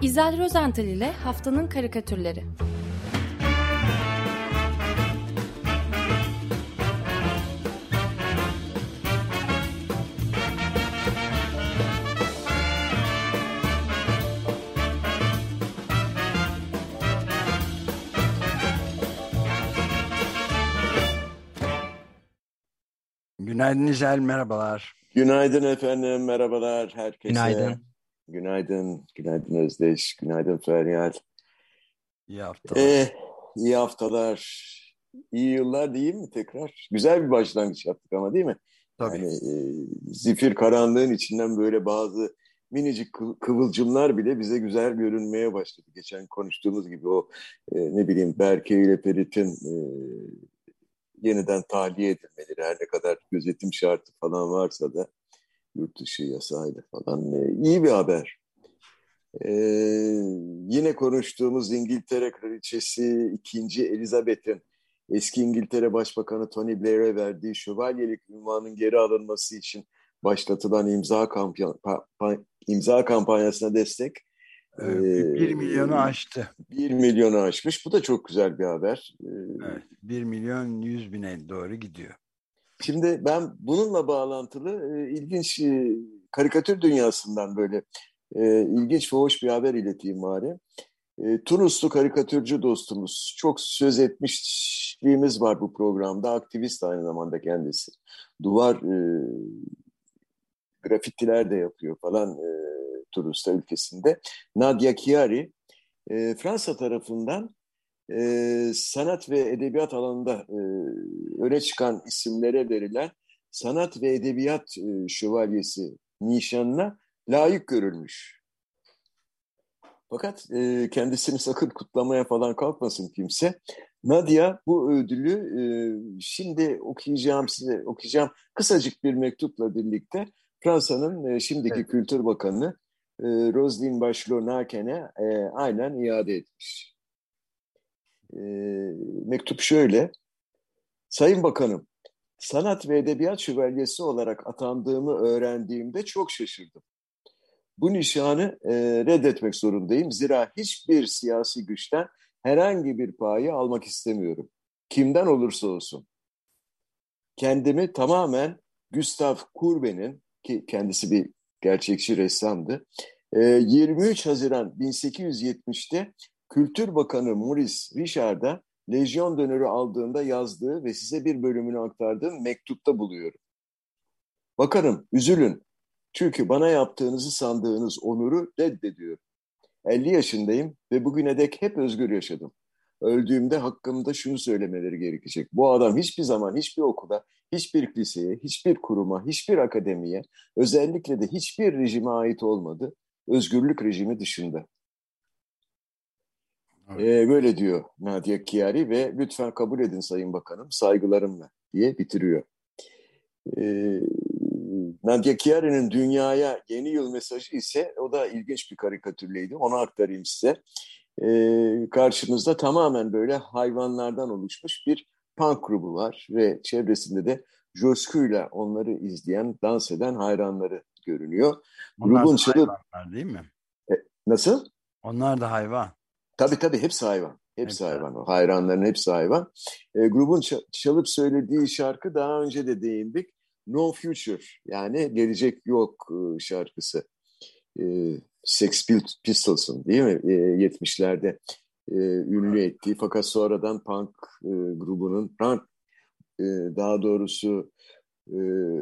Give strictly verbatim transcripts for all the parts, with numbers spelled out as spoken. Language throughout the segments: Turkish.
İzel Rozental ile Haftanın Karikatürleri. Günaydın İzel, merhabalar. Günaydın efendim, merhabalar herkese. Günaydın. Günaydın, günaydın Özdeş, günaydın Feryal. İyi haftalar. Ee, iyi haftalar, iyi yıllar değil mi tekrar? Güzel bir başlangıç yaptık ama değil mi? Tabii. Yani e, zifir karanlığın içinden böyle bazı minicik kı- kıvılcımlar bile bize güzel görünmeye başladı. Geçen konuştuğumuz gibi o e, ne bileyim Berke ile Ferit'in e, yeniden tahliye edilmeleri, her ne kadar gözetim şartı falan varsa da yurt dışı yasayla falan e, iyi bir haber. Ee, yine konuştuğumuz İngiltere Kraliçesi ikinci. Elizabeth'in eski İngiltere Başbakanı Tony Blair'e verdiği şövalyelik unvanının geri alınması için başlatılan imza, kampanya, pa, imza kampanyasına destek Ee, bir milyonu aştı. Bir milyonu aşmış. Bu da çok güzel bir haber. Ee, evet, bir milyon yüz bine doğru gidiyor. Şimdi ben bununla bağlantılı e, ilginç e, karikatür dünyasından böyle e, ilginç ve hoş bir haber ileteyim bari. E, Tunuslu karikatürcü dostumuz, çok söz etmişliğimiz var bu programda, aktivist aynı zamanda kendisi. Duvar e, grafitiler de yapıyor falan e, Tunus'ta ülkesinde. Nadia Chiari e, Fransa tarafından Ee, sanat ve edebiyat alanında e, öne çıkan isimlere verilen sanat ve edebiyat e, şövalyesi nişanına layık görülmüş. Fakat e, kendisini sakın kutlamaya falan kalkmasın kimse. Nadia bu ödülü e, şimdi okuyacağım size okuyacağım kısacık bir mektupla birlikte Fransa'nın e, şimdiki evet. Kültür Bakanı e, Roselyne Bachelot-Naquen'e e, aynen iade etmiş. E, mektup şöyle: Sayın Bakanım, sanat ve edebiyat şövalyesi olarak atandığımı öğrendiğimde çok şaşırdım. Bu nişanı e, reddetmek zorundayım. Zira hiçbir siyasi güçten herhangi bir payı almak istemiyorum. Kimden olursa olsun. Kendimi tamamen Gustave Courbet'in, ki kendisi bir gerçekçi ressamdı, e, yirmi üç Haziran bin sekiz yüz yetmişte Kültür Bakanı Maurice Richard'a Lejyon d'Honor'u aldığında yazdığı ve size bir bölümünü aktardığım mektupta buluyorum. Bakanım, üzülün. Çünkü bana yaptığınızı sandığınız onuru reddediyorum. elli yaşındayım ve bugüne dek hep özgür yaşadım. Öldüğümde hakkımda şunu söylemeleri gerekecek. Bu adam hiçbir zaman hiçbir okula, hiçbir liseye, hiçbir kuruma, hiçbir akademiye, özellikle de hiçbir rejime ait olmadı. Özgürlük rejimi dışında. Evet. Ee, böyle diyor Nadia Chiari ve lütfen kabul edin Sayın Bakanım, saygılarımla diye bitiriyor. Ee, Nadia Chiari'nin dünyaya yeni yıl mesajı ise o da ilginç bir karikatürleydi. Onu aktarayım size. Ee, karşımızda tamamen böyle hayvanlardan oluşmuş bir punk grubu var ve çevresinde de coşkuyla onları izleyen, dans eden hayranları görünüyor. Onlar Grubun da çalıp... hayvanlar değil mi? E, nasıl? Onlar da hayvan. Tabii tabii, hepsi hayvan. Hepsi, hepsi hayvan. O hayranların hepsi hayvan. E, grubun çalıp söylediği şarkı, daha önce de değindik, No Future, yani gelecek yok şarkısı. E, Sex Pistols'un değil mi? E, yetmişlerde e, ünlü ettiği, fakat sonradan punk e, grubunun, punk e, daha doğrusu e,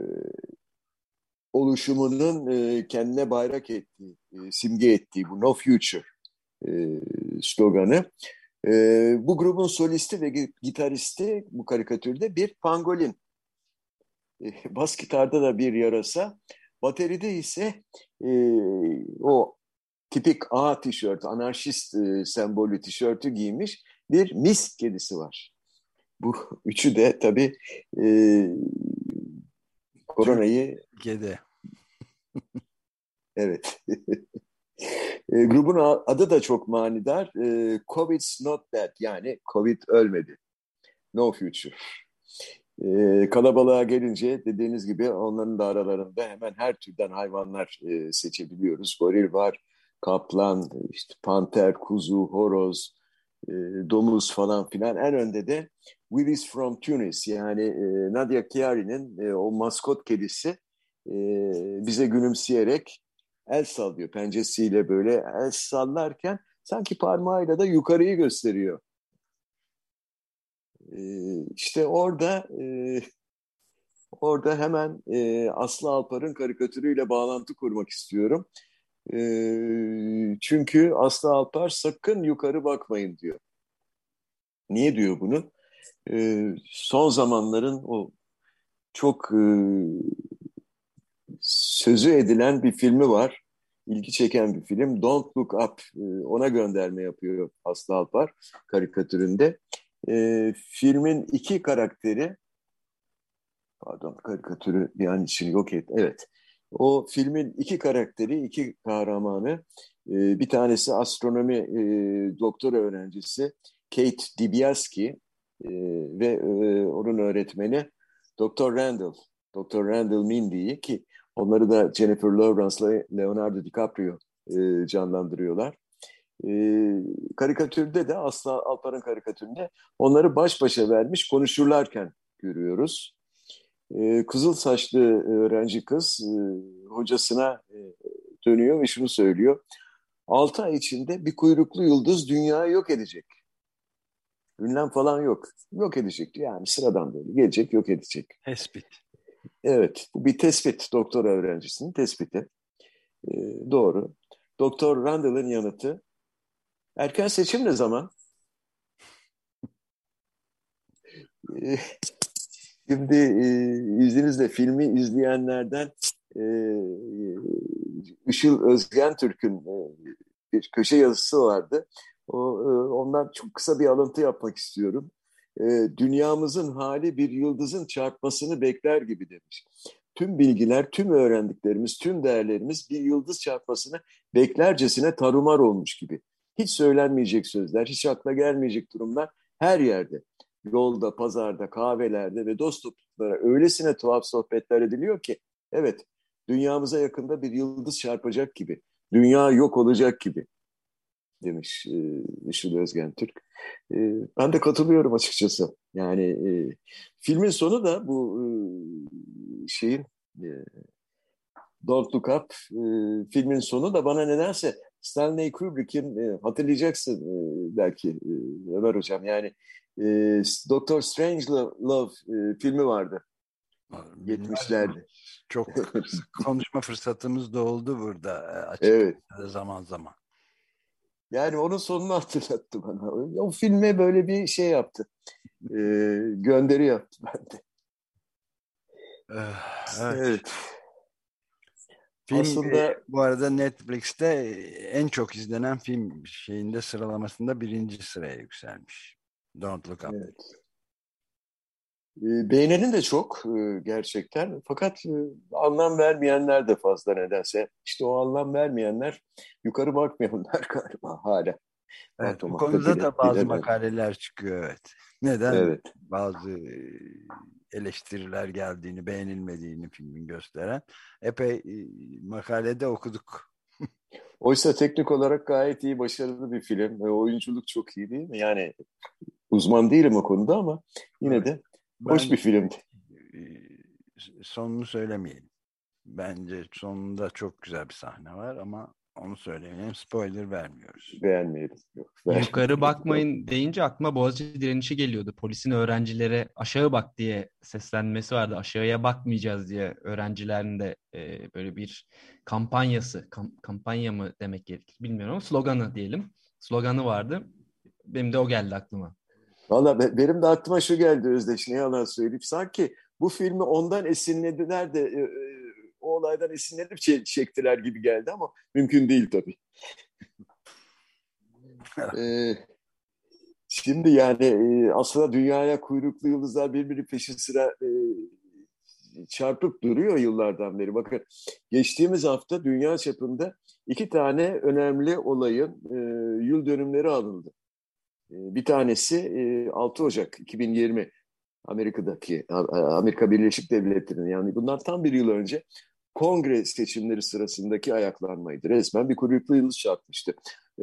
oluşumunun e, kendine bayrak ettiği, e, simge ettiği bu No Future e, sloganı. E, bu grubun solisti ve gitaristi bu karikatürde bir pangolin. E, bas gitarda da bir yarasa. Bateride ise e, o tipik A tişört, anarşist e, sembolü tişörtü giymiş bir mis kedisi var. Bu üçü de tabii e, koronayı... Kedi. Evet. E, grubun adı da çok manidar. E, Covid's not dead, yani Covid ölmedi. No future. E, kalabalığa gelince dediğiniz gibi onların da aralarında hemen her türden hayvanlar e, seçebiliyoruz. Goril var, kaplan, işte panter, kuzu, horoz, e, domuz falan filan. En önde de Willis from Tunis, yani e, Nadia Chiari'nin e, o maskot kedisi e, bize gülümseyerek el sallıyor. Pençesiyle böyle el sallarken sanki parmağıyla da yukarıyı gösteriyor. E, işte orada e, orada hemen e, Aslı Alpar'ın karikatürüyle bağlantı kurmak istiyorum. E, çünkü Aslı Alpar sakın yukarı bakmayın diyor. Niye diyor bunu? E, son zamanların o çok e, sözü edilen bir filmi var. İlgi çeken bir film. Don't Look Up. E, ona gönderme yapıyor Aslı Alpar karikatüründe. E, filmin iki karakteri, pardon karikatürü bir an için yok et. Evet. O filmin iki karakteri, iki kahramanı, e, bir tanesi astronomi e, doktora öğrencisi Kate Dibiaski e, ve e, onun öğretmeni Doktor Randall. Doktor Randall Mindy'yi, ki onları da Jennifer Lawrence'la Leonardo DiCaprio e, canlandırıyorlar. E, karikatürde de Aslı Alpar'ın karikatüründe onları baş başa vermiş konuşurlarken görüyoruz. E, kızıl saçlı öğrenci kız e, hocasına e, dönüyor ve şunu söylüyor. Altı ay içinde bir kuyruklu yıldız dünyayı yok edecek. Ünlem falan yok. Yok edecek. Yani sıradan böyle gelecek, yok edecek. Tespit. Evet, bu bir tespit. Doktor öğrencisinin tespiti. E, doğru. Doktor Randall'ın yanıtı. Erken seçim ne zaman? E, Şimdi e, izninizle filmi izleyenlerden e, Işıl Özgentürk'ün e, bir köşe yazısı vardı. O, e, ondan çok kısa bir alıntı yapmak istiyorum. E, dünyamızın hali bir yıldızın çarpmasını bekler gibi demiş. Tüm bilgiler, tüm öğrendiklerimiz, tüm değerlerimiz bir yıldız çarpmasını beklercesine tarumar olmuş gibi. Hiç söylenmeyecek sözler, hiç akla gelmeyecek durumlar her yerde. Yolda, pazarda, kahvelerde ve dost topluluklara öylesine tuhaf sohbetler ediliyor ki, evet, dünyamıza yakında bir yıldız çarpacak gibi, dünya yok olacak gibi demiş e, Işıl Özgen Türk. E, ben de katılıyorum açıkçası. Yani e, filmin sonu da bu e, şeyin e, Don't Look Up e, filmin sonu da bana nedense Stanley Kubrick'in e, hatırlayacaksın e, belki e, Ömer Hocam, yani e, Doctor Strangelove Love, e, filmi vardı Bilmez mi? yetmişlerde. Çok sık konuşma fırsatımız da oldu burada e, Evet. açıkçası zaman zaman. Yani onun sonunu hatırlattı bana. O filme böyle bir şey yaptı. E, gönderi yaptı bende. Evet. Evet. Film Aslında bu arada Netflix'te en çok izlenen film şeyinde sıralamasında birinci sıraya yükselmiş. Don't Look Up. evet. E, beğenenin de çok e, gerçekten. Fakat e, anlam vermeyenler de fazla nedense. İşte o anlam vermeyenler yukarı bakmayanlar galiba hala. Evet, bu Bakmamakta konuda bile, da bazı bilemem. makaleler çıkıyor, evet. Neden Evet. bazı eleştiriler geldiğini, beğenilmediğini filmin gösteren epey e, makalede okuduk. Oysa teknik olarak gayet iyi, başarılı bir film. E, oyunculuk çok iyi değil mi? Yani uzman değilim o konuda ama yine Evet. de hoş Ben bir filmdi. e, sonunu söylemeyelim. Bence sonunda çok güzel bir sahne var ama onu söylemeyelim. Spoiler vermiyoruz. Beğenmeyelim. Yok, Yukarı beğenmeyelim. bakmayın deyince aklıma Boğaziçi direnişi geliyordu. Polisin öğrencilere aşağı bak diye seslenmesi vardı. Aşağıya bakmayacağız diye öğrencilerin de e, böyle bir kampanyası, kam- kampanya mı demek gerekir bilmiyorum ama sloganı diyelim. Sloganı vardı. Benim de o geldi aklıma. Valla be- benim de aklıma şu geldi Özdeş, ne yalan söyleyeyim. Sanki bu filmi ondan esinlediler de e, e, o olaydan esinlenip çe- çektiler gibi geldi ama mümkün değil tabii. E, şimdi yani e, aslında dünyaya kuyruklu yıldızlar birbiri peşi sıra e, çarpıp duruyor yıllardan beri. Bakın, geçtiğimiz hafta dünya çapında iki tane önemli olayın e, yıl dönümleri alındı. E, bir tanesi e, altı Ocak iki bin yirmi, Amerika'daki Amerika Birleşik Devletleri'nin, yani bundan tam bir yıl önce kongre seçimleri sırasındaki ayaklanmaydı. Resmen bir kuyruklu yıldız çarpmıştı. E,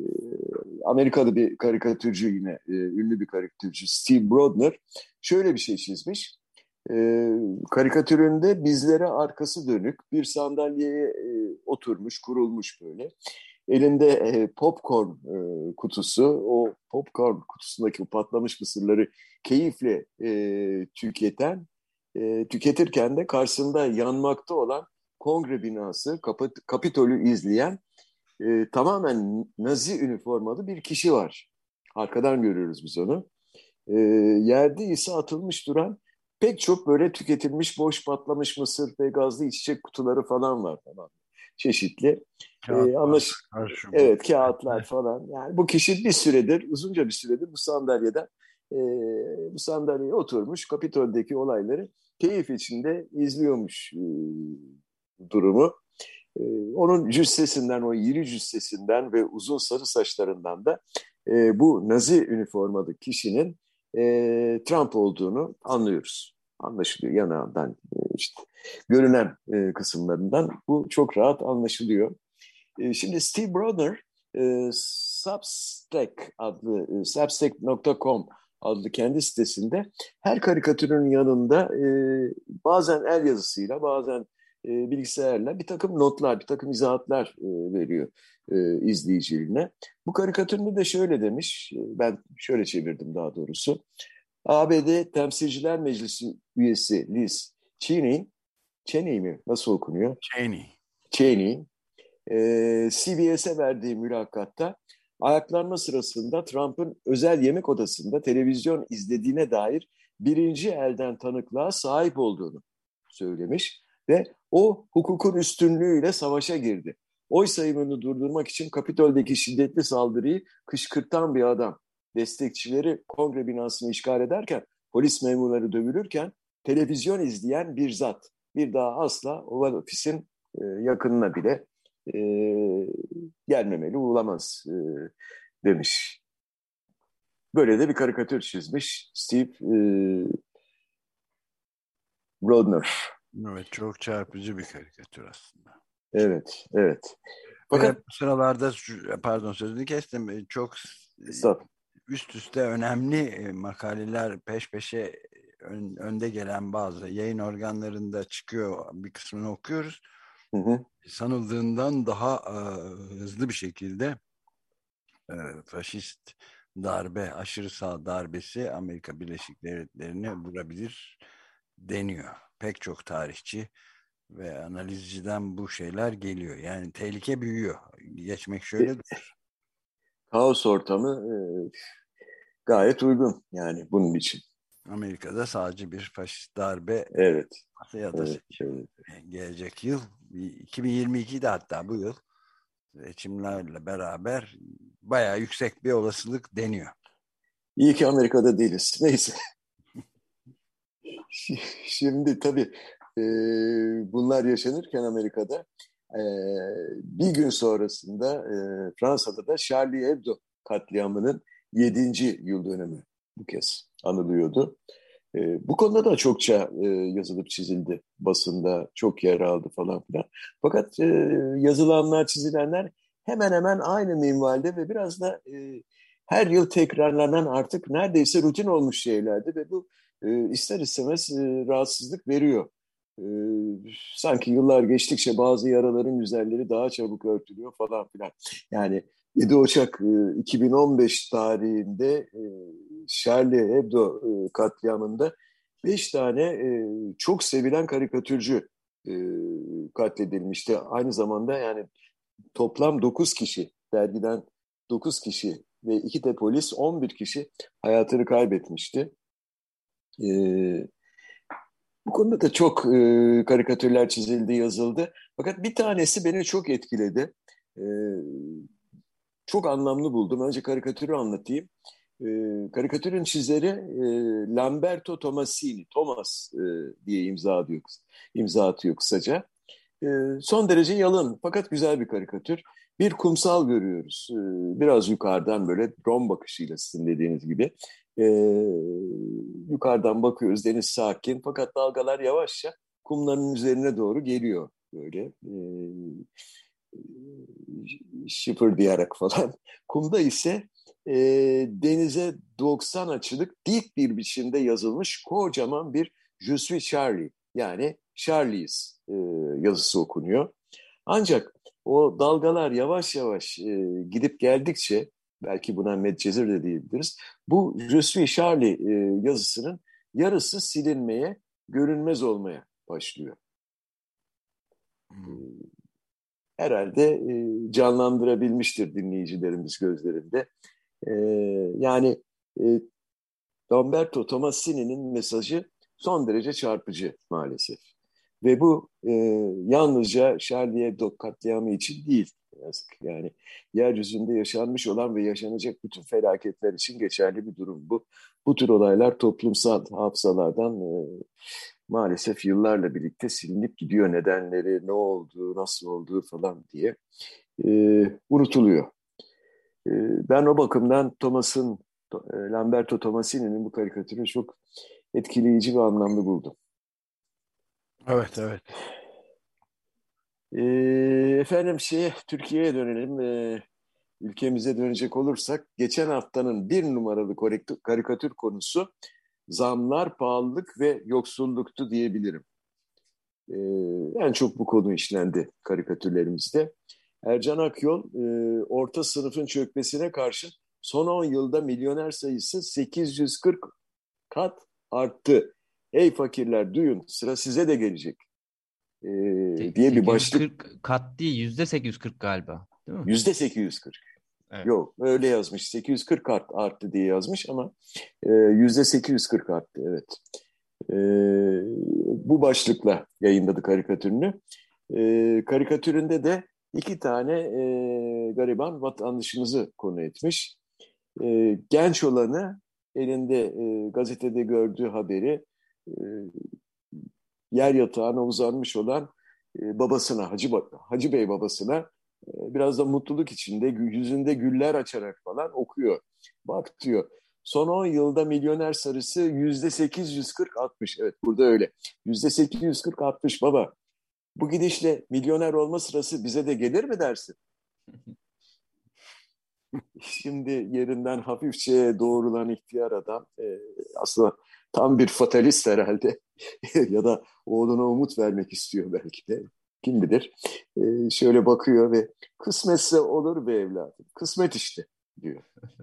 Amerikalı bir karikatürcü yine, e, ünlü bir karikatürcü Steve Brodner şöyle bir şey çizmiş. E, karikatüründe bizlere arkası dönük bir sandalyeye e, oturmuş, kurulmuş böyle. Elinde e, popcorn e, kutusu, o popcorn kutusundaki o patlamış mısırları keyifle e, tüketen, e, tüketirken de karşısında yanmakta olan kongre binası, Kapit- Kapitol'ü izleyen e, tamamen Nazi üniformalı bir kişi var. Arkadan görüyoruz biz onu. E, Yerde ise atılmış duran pek çok böyle tüketilmiş boş patlamış mısır ve gazlı içecek kutuları falan var falan. Çeşitli. E, Kağıtlar, anlaş karşılıklı. evet, kağıtlar falan. Yani bu kişi bir süredir, uzunca bir süredir bu sandalyeden e, bu sandalyeye oturmuş, Kapitol'deki olayları keyif içinde izliyormuş e, durumu. E, onun cüssesinden, o iri cüssesinden ve uzun sarı saçlarından da e, bu Nazi üniformalı kişinin e, Trump olduğunu anlıyoruz. Anlaşılıyor yanağından, e, işte görünen e, kısımlarından bu çok rahat anlaşılıyor. E, şimdi Steve Brodner e, Substack adlı e, substack nokta com adlı kendi sitesinde her karikatürün yanında e, bazen el yazısıyla, bazen e, bilgisayarla bir takım notlar, bir takım izahatlar e, veriyor e, izleyicilerine. Bu karikatüründe de şöyle demiş, e, ben şöyle çevirdim daha doğrusu. A B D Temsilciler Meclisi üyesi Liz Cheney, Cheney mi? Nasıl okunuyor? Cheney. Cheney, e, C B S'e verdiği mülakatta ayaklanma sırasında Trump'ın özel yemek odasında televizyon izlediğine dair birinci elden tanıklığa sahip olduğunu söylemiş ve o hukukun üstünlüğüyle savaşa girdi. Oy sayımını durdurmak için Kapitol'deki şiddetli saldırıyı kışkırtan bir adam. Destekçileri kongre binasını işgal ederken, polis memurları dövülürken televizyon izleyen bir zat. Bir daha asla Oval Ofis'in e, yakınına bile e, gelmemeli, uğramaz e, demiş. Böyle de bir karikatür çizmiş Steve e, Brodner. Evet, çok çarpıcı bir karikatür aslında. Evet, evet. Ve Fakat bu sıralarda, pardon sözünü kestim, çok Estağ, üst üste önemli makaleler peş peşe ön, önde gelen bazı yayın organlarında çıkıyor. Bir kısmını okuyoruz. hı hı. Sanıldığından daha e, hızlı bir şekilde e, faşist darbe, aşırı sağ darbesi Amerika Birleşik Devletleri'ne vurabilir deniyor. Pek çok tarihçi ve analizciden bu şeyler geliyor. Yani tehlike büyüyor. Geçmek E, şöyle. kaos ortamı e, gayet uygun yani bunun için. Amerika'da sadece bir faşist darbe Evet, ya da evet, seçim. evet. Gelecek yıl iki bin yirmi ikide, hatta bu yıl seçimlerle beraber bayağı yüksek bir olasılık deniyor. İyi ki Amerika'da değiliz. Neyse. Şimdi tabii e, bunlar yaşanırken Amerika'da e, bir gün sonrasında e, Fransa'da da Charlie Hebdo katliamının yedinci yıl dönümü bu kez anılıyordu. E, bu konuda da çokça e, yazılıp çizildi. Basında çok yer aldı falan filan. Fakat e, yazılanlar, çizilenler hemen hemen aynı minvalde ve biraz da e, her yıl tekrarlanan, artık neredeyse rutin olmuş şeylerdi ve bu e, ister istemez e, rahatsızlık veriyor. E, sanki yıllar geçtikçe bazı yaraların üzerleri daha çabuk örtülüyor falan filan. Yani yedi Ocak e, iki bin on beş tarihinde e, Charlie Hebdo e, katliamında beş tane e, çok sevilen karikatürcü e, katledilmişti. Aynı zamanda yani toplam dokuz kişi, dergiden dokuz kişi ve iki de polis, on bir kişi hayatını kaybetmişti. E, Bu konuda da çok e, karikatürler çizildi, yazıldı. Fakat bir tanesi beni çok etkiledi. E, Çok anlamlı buldum. Önce karikatürü anlatayım. E, karikatürün çizeri e, Lamberto Tomasini, Thomas e, diye imza atıyor, imza atıyor kısaca. E, son derece yalın fakat güzel bir karikatür. Bir kumsal görüyoruz. E, biraz yukarıdan böyle drone bakışıyla, sizin dediğiniz gibi. E, yukarıdan bakıyoruz. Deniz sakin fakat dalgalar yavaşça kumların üzerine doğru geliyor böyle. E, şıpırdayarak falan. Kumda ise e, denize doksan açılık dik bir biçimde yazılmış kocaman bir Je suis Charlie, yani Charlie's e, yazısı okunuyor. Ancak o dalgalar yavaş yavaş e, gidip geldikçe, belki buna Medcezir de diyebiliriz, bu Je suis Charlie e, yazısının yarısı silinmeye, görünmez olmaya başlıyor. Hmm. Herhalde e, canlandırabilmiştir dinleyicilerimiz gözlerinde. E, yani e, Lamberto Tomasini'nin mesajı son derece çarpıcı maalesef. Ve bu e, yalnızca Charlie Hebdo katliamı için değil, yazık. Yani yeryüzünde yaşanmış olan ve yaşanacak bütün felaketler için geçerli bir durum bu. Bu tür olaylar toplumsal hafızalardan e, maalesef yıllarla birlikte silinip gidiyor. Nedenleri, ne olduğu, nasıl olduğu falan diye e, unutuluyor. E, ben o bakımdan Thomas'ın, e, Lamberto Tomasini'nin bu karikatürü çok etkileyici ve anlamlı buldum. Evet, evet. E, efendim şeye, Türkiye'ye dönelim. E, ülkemize dönecek olursak, geçen haftanın bir numaralı karikatür konusu zamlar, pahalılık ve yoksulluktu diyebilirim. Ee, en çok bu konu işlendi karikatürlerimizde. Ercan Akyol, e, orta sınıfın çökmesine karşın son on yılda milyoner sayısı sekiz yüz kırk kat arttı. Ey fakirler duyun, sıra size de gelecek e, diye bir başlık. sekiz yüz kırk kat değil, yüzde sekiz yüz kırk galiba, değil mi? Yüzde sekiz yüz kırk. Evet. Yok, öyle yazmış. sekiz yüz kırk art, arttı diye yazmış ama e, yüzde sekiz yüz kırk arttı, evet. E, bu başlıkla yayınladı karikatürünü. E, karikatüründe de iki tane e, gariban vatandaşımızı konu etmiş. E, genç olanı, elinde e, gazetede gördüğü haberi e, yer yatağına uzanmış olan e, babasına, Hacı, Hacı Bey babasına e, biraz da mutluluk içinde, yüzünde güller açarak falan okuyor. Bak diyor, son on yılda milyoner sarısı yüzde sekiz yüz kırk artmış. Evet, burada öyle. Yüzde sekiz yüz kırk artmış baba. Bu gidişle milyoner olma sırası bize de gelir mi dersin? Şimdi yerinden hafifçe doğrulan ihtiyar adam e, aslında tam bir fatalist herhalde. Ya da oğluna umut vermek istiyor belki de. Kim bilir. E, şöyle bakıyor ve kısmetse olur be evladım. Kısmet işte diyor.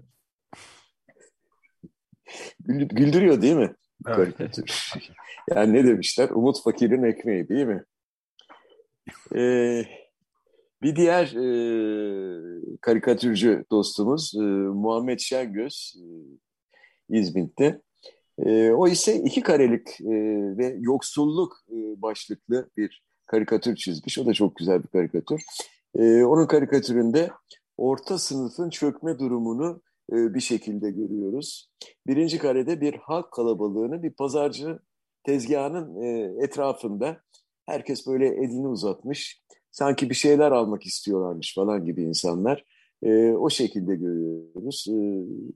Güldürüyor değil mi? Evet. Karikatür. Yani ne demişler? Umut fakirin ekmeği değil mi? Ee, bir diğer e, karikatürcü dostumuz e, Muhammed Şengöz, e, İzmit'te. E, o ise iki karelik e, ve yoksulluk e, başlıklı bir karikatür çizmiş. O da çok güzel bir karikatür. E, onun karikatüründe orta sınıfın çökme durumunu e, bir şekilde görüyoruz. Birinci karede bir halk kalabalığını, bir pazarcı tezgahının e, etrafında herkes böyle elini uzatmış. Sanki bir şeyler almak istiyorlarmış falan gibi insanlar. E, o şekilde görüyoruz. E,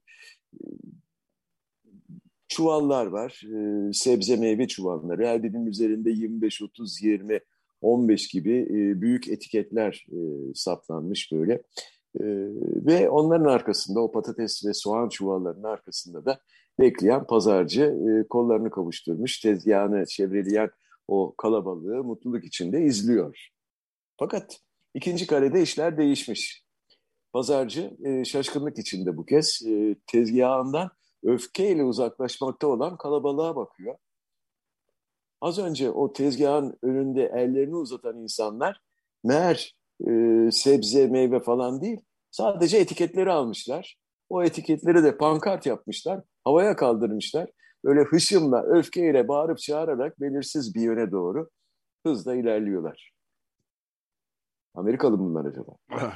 çuvallar var. E, sebze meyve çuvalları. Her birinin üzerinde yirmi beş, otuz, yirmi, on beş gibi e, büyük etiketler e, saplanmış böyle. E, ve onların arkasında, o patates ve soğan çuvallarının arkasında da bekleyen pazarcı e, kollarını kavuşturmuş, tezgahını çevreleyen o kalabalığı mutluluk içinde izliyor. Fakat ikinci karede işler değişmiş. Pazarcı e, şaşkınlık içinde bu kez e, tezgahından öfkeyle uzaklaşmakta olan kalabalığa bakıyor. Az önce o tezgahın önünde ellerini uzatan insanlar meğer e, sebze, meyve falan değil, sadece etiketleri almışlar. O etiketleri de pankart yapmışlar, havaya kaldırmışlar. Böyle hışımla, öfkeyle bağırıp çağırarak belirsiz bir yöne doğru hızla ilerliyorlar. Amerikalı bunlar acaba?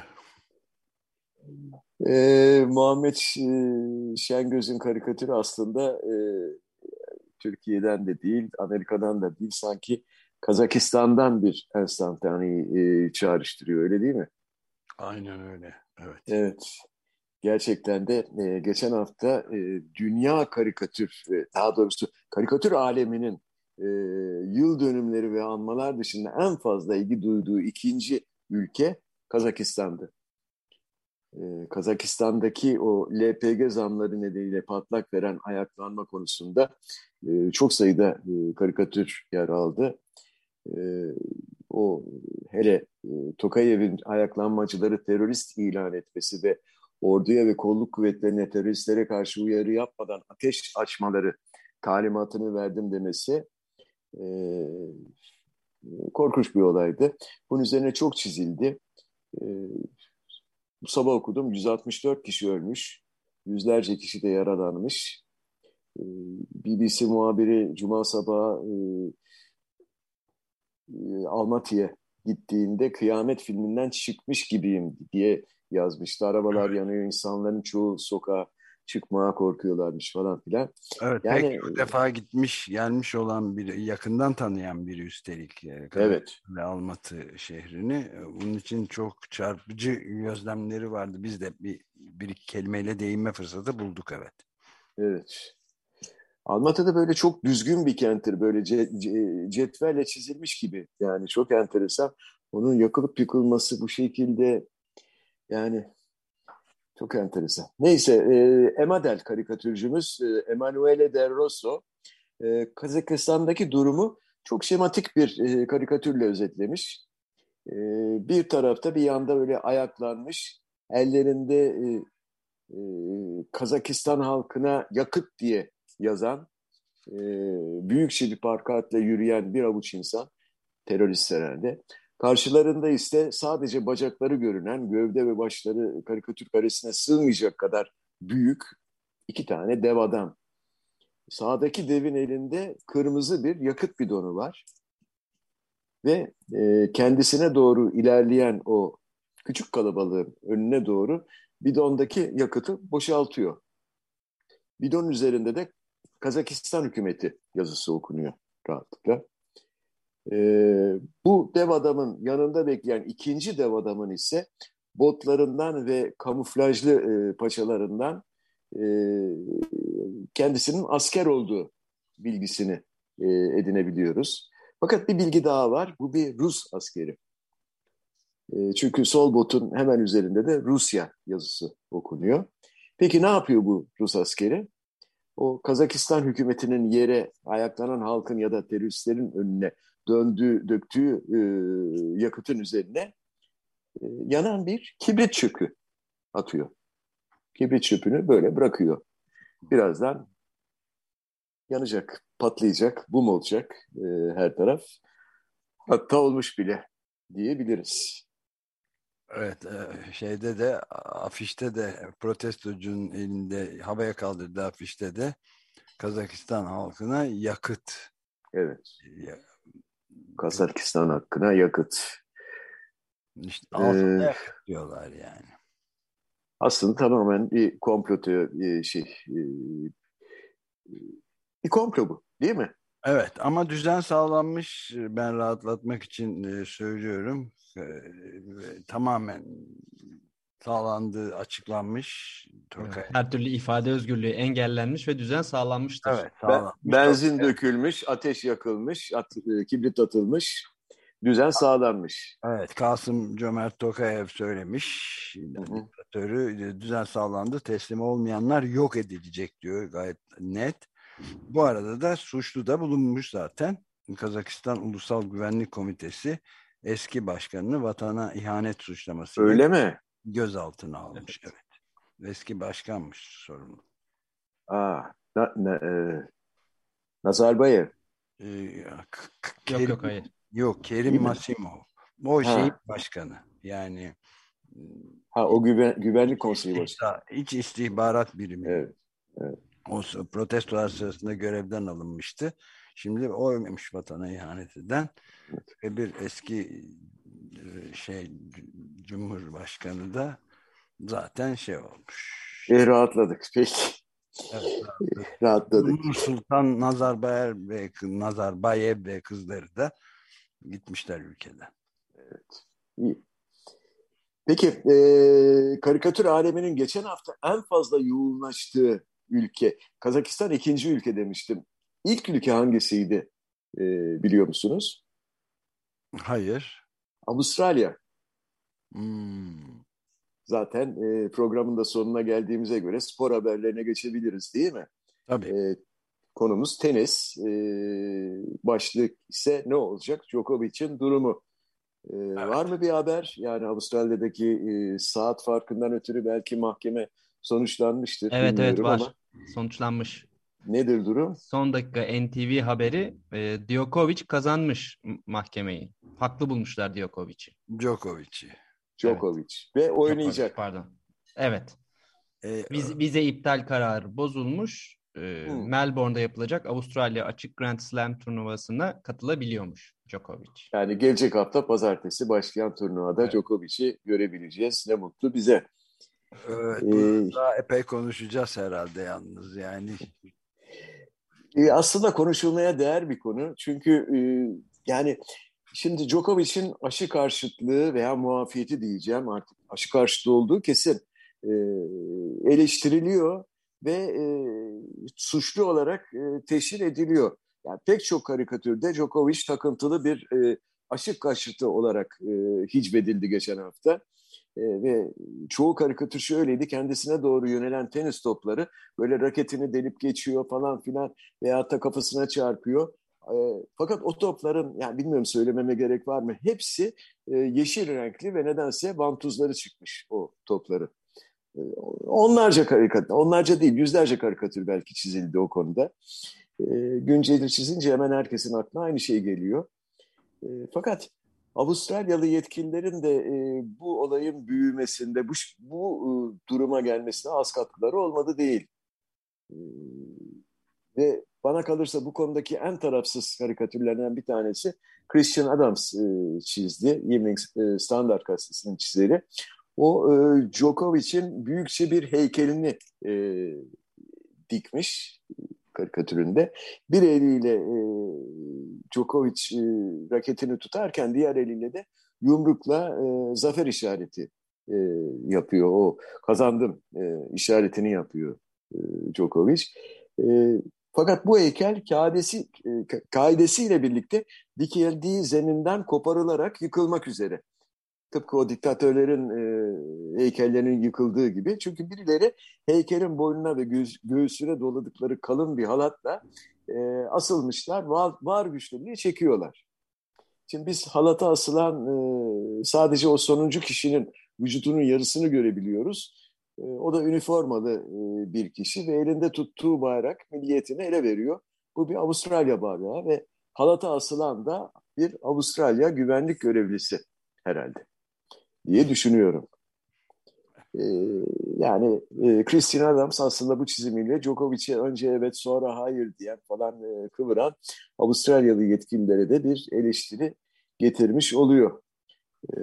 Ee, Muhammed e, Şengöz'ün karikatürü aslında e, Türkiye'den de değil, Amerika'dan da değil, sanki Kazakistan'dan bir enstantaneyi e, çağrıştırıyor, öyle değil mi? Aynen öyle, evet. Evet, gerçekten de e, geçen hafta e, dünya karikatür, e, daha doğrusu karikatür aleminin e, e, yıl dönümleri ve anmalar dışında en fazla ilgi duyduğu ikinci ülke Kazakistan'dı. E, Kazakistan'daki o L P G zamları nedeniyle patlak veren ayaklanma konusunda e, çok sayıda e, karikatür yer aldı. E, o hele e, Tokayev'in ayaklanmacıları terörist ilan etmesi ve orduya ve kolluk kuvvetlerine teröristlere karşı uyarı yapmadan ateş açmaları talimatını verdim demesi e, korkunç bir olaydı. Bunun üzerine çok çizildi. E, bu sabah okudum, yüz altmış dört kişi ölmüş, yüzlerce kişi de yaralanmış. E, B B C muhabiri Cuma sabahı e, e, Almaty'ye gittiğinde kıyamet filminden çıkmış gibiyim diye yazmıştı. Arabalar yanıyor, insanların çoğu sokağa çıkmaya korkuyorlarmış falan filan. Evet, Yani pek çok defa gitmiş, gelmiş olan biri, yakından tanıyan biri üstelik e, evet. ve Almatı şehrini. Bunun için çok çarpıcı gözlemleri vardı. Biz de bir, bir iki kelimeyle değinme fırsatı bulduk, evet. Evet. Almatı da böyle çok düzgün bir kenttir. Böyle ce, ce, cetvelle çizilmiş gibi. Yani çok enteresan. Onun yakılıp yıkılması bu şekilde, yani çok enteresan. Neyse, e, Emadel karikatürcümüz e, Emanuele Del Rosso e, Kazakistan'daki durumu çok şematik bir e, karikatürle özetlemiş. E, bir tarafta bir yanda öyle ayaklanmış, ellerinde e, e, Kazakistan halkına yakıt diye yazan, e, büyükçe bir pankartla yürüyen bir avuç insan, terörist herhalde. Karşılarında ise sadece bacakları görünen, gövde ve başları karikatür karesine sığmayacak kadar büyük iki tane dev adam. Sağdaki devin elinde kırmızı bir yakıt bidonu var ve e, kendisine doğru ilerleyen o küçük kalabalığın önüne doğru bidondaki yakıtı boşaltıyor. Bidon üzerinde de Kazakistan hükümeti yazısı okunuyor rahatlıkla. Ee, bu dev adamın yanında bekleyen ikinci dev adamın ise botlarından ve kamuflajlı e, paçalarından e, kendisinin asker olduğu bilgisini e, edinebiliyoruz. Fakat bir bilgi daha var. Bu bir Rus askeri. E, çünkü sol botun hemen üzerinde de Rusya yazısı okunuyor. Peki ne yapıyor bu Rus askeri? O Kazakistan hükümetinin yere ayaklanan halkın ya da teröristlerin önüne döndüğü, döktüğü e, yakıtın üzerine e, yanan bir kibrit çöpü atıyor. Kibrit çöpünü böyle bırakıyor. Birazdan yanacak, patlayacak, bum olacak e, her taraf. Hatta olmuş bile diyebiliriz. Evet, e, şeyde de, afişte de, protestocunun elinde havaya kaldırdığı afişte de Kazakistan halkına yakıt. Evet. Ya, Kazakistan hakkına yakıt. işte altında Ee, yakıt diyorlar yani. aslında tamamen bir komplo e, şey e, bir komplo bu, değil mi? Evet, ama düzen sağlanmış. Ben rahatlatmak için e, söylüyorum. E, tamamen sağlandığı açıklanmış. Evet, Türkiye. her türlü ifade özgürlüğü engellenmiş ve düzen sağlanmıştır. Evet, Be- sağlanmış. benzin Tokay. dökülmüş, ateş yakılmış, at- e, kibrit atılmış, düzen sağlanmış. Evet, Kasım Cömert Tokayev söylemiş. Hı hı. Diktatörü e, düzen sağlandı. Teslim olmayanlar yok edilecek diyor gayet net. Bu arada da suçlu da bulunmuş zaten. Kazakistan Ulusal Güvenlik Komitesi eski başkanını vatana ihanet suçlamasıyla Öyle mi? gözaltına almış. Evet. Evet. Eski başkanmış sorumlu. Aa, na, na, e, Nazarbayev, Ee, K- K- Yok Kerim, yok hayır. yok Kerim değil mi? Masimov. O şeyin Ha, başkanı. Yani ha o güven, güvenlik konseyi başkanı. İstihba- İç istihbarat biriminin. Evet, evet. O s- protestolar sırasında görevden alınmıştı. Şimdi oymuş vatana ihanet eden ve bir eski e, şey Cumhurbaşkanı da zaten şey olmuş. E, rahatladık. Peki, Evet. rahatladık. Nur Sultan Nazarbayev ve Nazarbayev ve kızları da gitmişler ülkeden. İyi. Peki, e, karikatür aleminin geçen hafta en fazla yoğunlaştığı ülke, Kazakistan ikinci ülke demiştim. İlk ülke hangisiydi? e, biliyor musunuz? Hayır. Avustralya. Hmm. Zaten e, programın da sonuna geldiğimize göre spor haberlerine geçebiliriz değil mi? Tabii. E, konumuz tenis. E, başlık ise ne olacak? Djokovic'in durumu. E, var Evet. mı bir haber? Yani Avustralya'daki e, saat farkından ötürü belki mahkeme sonuçlanmıştır Evet evet bilmiyorum var. ama Sonuçlanmış. nedir durum? Son dakika N T V haberi e, Djokovic kazanmış m- mahkemeyi. Haklı bulmuşlar Djokovic'i. Djokovic'i. Evet. Djokovic ve Djokovic oynayacak. pardon. Evet. E, Vize, vize iptal kararı bozulmuş. E, Hmm. Melbourne'da yapılacak Avustralya Açık Grand Slam turnuvasına katılabiliyormuş Djokovic. Yani gelecek hafta pazartesi başlayan turnuvada Evet. Djokovic'i görebileceğiz. Ne mutlu bize. evet, bunu Ee, daha epey konuşacağız herhalde yalnız yani. e, aslında konuşulmaya değer bir konu. Çünkü e, yani şimdi Djokovic'in aşı karşıtlığı veya muafiyeti diyeceğim artık aşı karşıtı olduğu kesin e, eleştiriliyor ve e, suçlu olarak e, teşhir ediliyor. Yani pek çok karikatürde Djokovic takıntılı bir e, aşı karşıtı olarak e, hicvedildi geçen hafta. E, ve çoğu karikatürcü öyleydi. Kendisine doğru yönelen tenis topları böyle raketini delip geçiyor falan filan veyahut da kafasına çarpıyor. E, fakat o topların, yani bilmiyorum söylememe gerek var mı? Hepsi e, yeşil renkli ve nedense vantuzları çıkmış o topları. E, onlarca karikatür, onlarca değil yüzlerce karikatür belki çizildi o konuda. E, günceli çizince hemen herkesin aklına aynı şey geliyor. E, fakat Avustralyalı yetkililerin de e, bu olayın büyümesinde, bu, bu e, duruma gelmesine az katkıları olmadı değil. E, ve bana kalırsa bu konudaki en tarafsız karikatürlerden bir tanesi Christian Adams e, çizdi. Evening e, Standard gazetesinin çizeri. O e, Djokovic'in büyükçe bir heykelini e, dikmiş karikatüründe. Bir eliyle e, Djokovic e, raketini tutarken diğer eliyle de yumrukla e, zafer işareti e, yapıyor. O kazandım e, işaretini yapıyor e, Djokovic. E, fakat bu heykel kaidesi, e, kaidesiyle birlikte dikildiği zeminden koparılarak yıkılmak üzere. Tıpkı o diktatörlerin e, heykellerinin yıkıldığı gibi. Çünkü birileri heykelin boynuna ve göğüs, göğsüne doladıkları kalın bir halatla e, asılmışlar. Var, var güçleriyle çekiyorlar. Şimdi biz halata asılan e, sadece o sonuncu kişinin vücudunun yarısını görebiliyoruz. E, o da üniformalı e, bir kişi ve elinde tuttuğu bayrak milliyetini ele veriyor. Bu bir Avustralya bayrağı ve halata asılan da bir Avustralya güvenlik görevlisi herhalde diye düşünüyorum. Ee, yani e, Christian Adams aslında bu çizimiyle Djokovic'e önce evet sonra hayır diyen falan e, kıvıran Avustralyalı yetkililere de bir eleştiri getirmiş oluyor. Ee,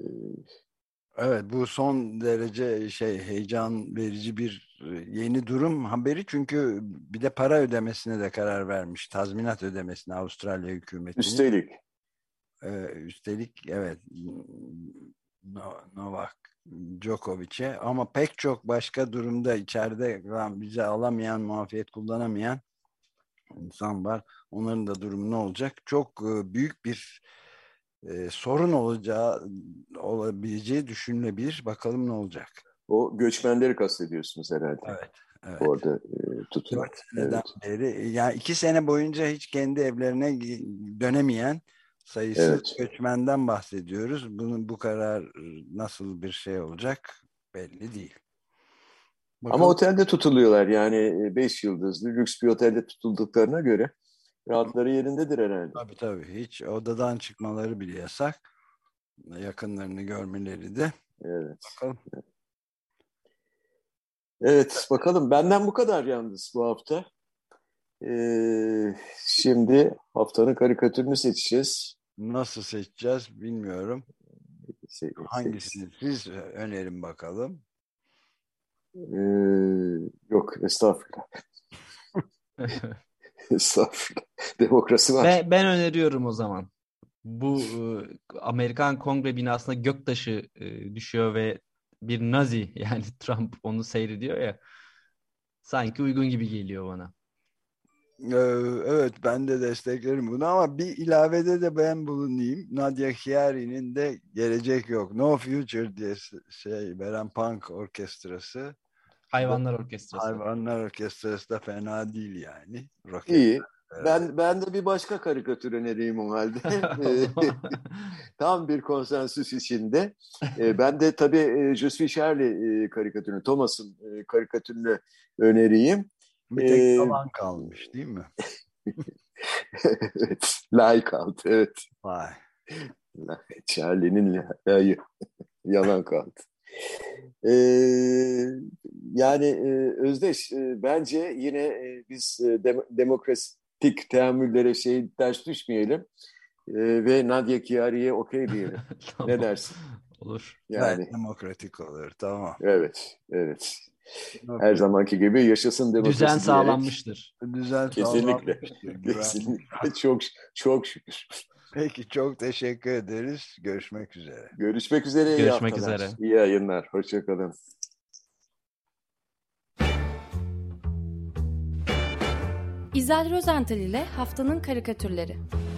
Evet, bu son derece şey heyecan verici bir e, yeni durum haberi çünkü bir de para ödemesine de karar vermiş. Tazminat ödemesine Avustralya hükümetinin. üstelik Ee, üstelik evet No- Novak Djokovic'e ama pek çok başka durumda içeride lan bize alamayan, muafiyet kullanamayan insan var. Onların da durumu ne olacak? Çok e, büyük bir e, sorun olacağı olabileceği düşünülebilir. Bakalım ne olacak. o göçmenleri kastediyorsunuz herhalde. Evet, evet. Orada e, tutulan. Dört seneden Evet, beri, yani iki sene boyunca hiç kendi evlerine gi- dönemeyen sayısız evet. göçmenden bahsediyoruz. Bunun bu karar nasıl bir şey olacak belli değil. Ama Bakalım. otelde tutuluyorlar yani e, beş yıldızlı lüks bir otelde tutulduklarına göre rahatları yerindedir herhalde. Tabii tabii. Hiç odadan çıkmaları bile yasak. Yakınlarını görmeleri de. Evet. Bakalım. Evet, bakalım. Benden bu kadar yalnız bu hafta. Ee, şimdi haftanın karikatürünü seçeceğiz. Nasıl seçeceğiz bilmiyorum. Se se Hangisini siz önerin bakalım. Ee, yok, estağfurullah. Estağfurullah. Demokrasi var. Ben, ben öneriyorum o zaman. Bu e, Amerikan Kongre binasına göktaşı e, düşüyor ve bir Nazi yani Trump onu seyrediyor ya sanki uygun gibi geliyor bana. Evet, ben de desteklerim bunu ama bir ilavede de ben bulunayım. Nadia Chiari'nin de Gelecek Yok, No Future diye şey veren punk orkestrası. Hayvanlar Orkestrası. Hayvanlar Orkestrası da fena değil yani. Roket. İyi. Ben ben de bir başka karikatür önereyim o halde. Tam bir konsensüs içinde. Ben de tabii Je suis Charlie karikatürünü, Thomas'ın karikatürünü önereyim. Bir tek yalan kalmış değil mi? Evet. Lay kaldı. Evet. Vay. Charlie'nin layı. Yalan kaldı. Ee, yani e, Özdeş, e, bence yine e, biz e, dem demokratik teamüllere şey ters düşmeyelim e, ve Nadia Chiari'ye okey diyelim. Tamam. Ne dersin? Olur. Yani. Evet, demokratik olur, tamam. Evet, evet. Her zamanki gibi yaşasın demokrasi Düzen diyerek. sağlanmıştır. Düzen Kesinlikle. sağlanmıştır. Kesinlikle. Çok, çok şükür. Peki, çok teşekkür ederiz. Görüşmek üzere. Görüşmek üzere. İyi Görüşmek haftalar. üzere. İyi yayınlar. Hoşçakalın. İzel Rozental ile Haftanın Karikatürleri.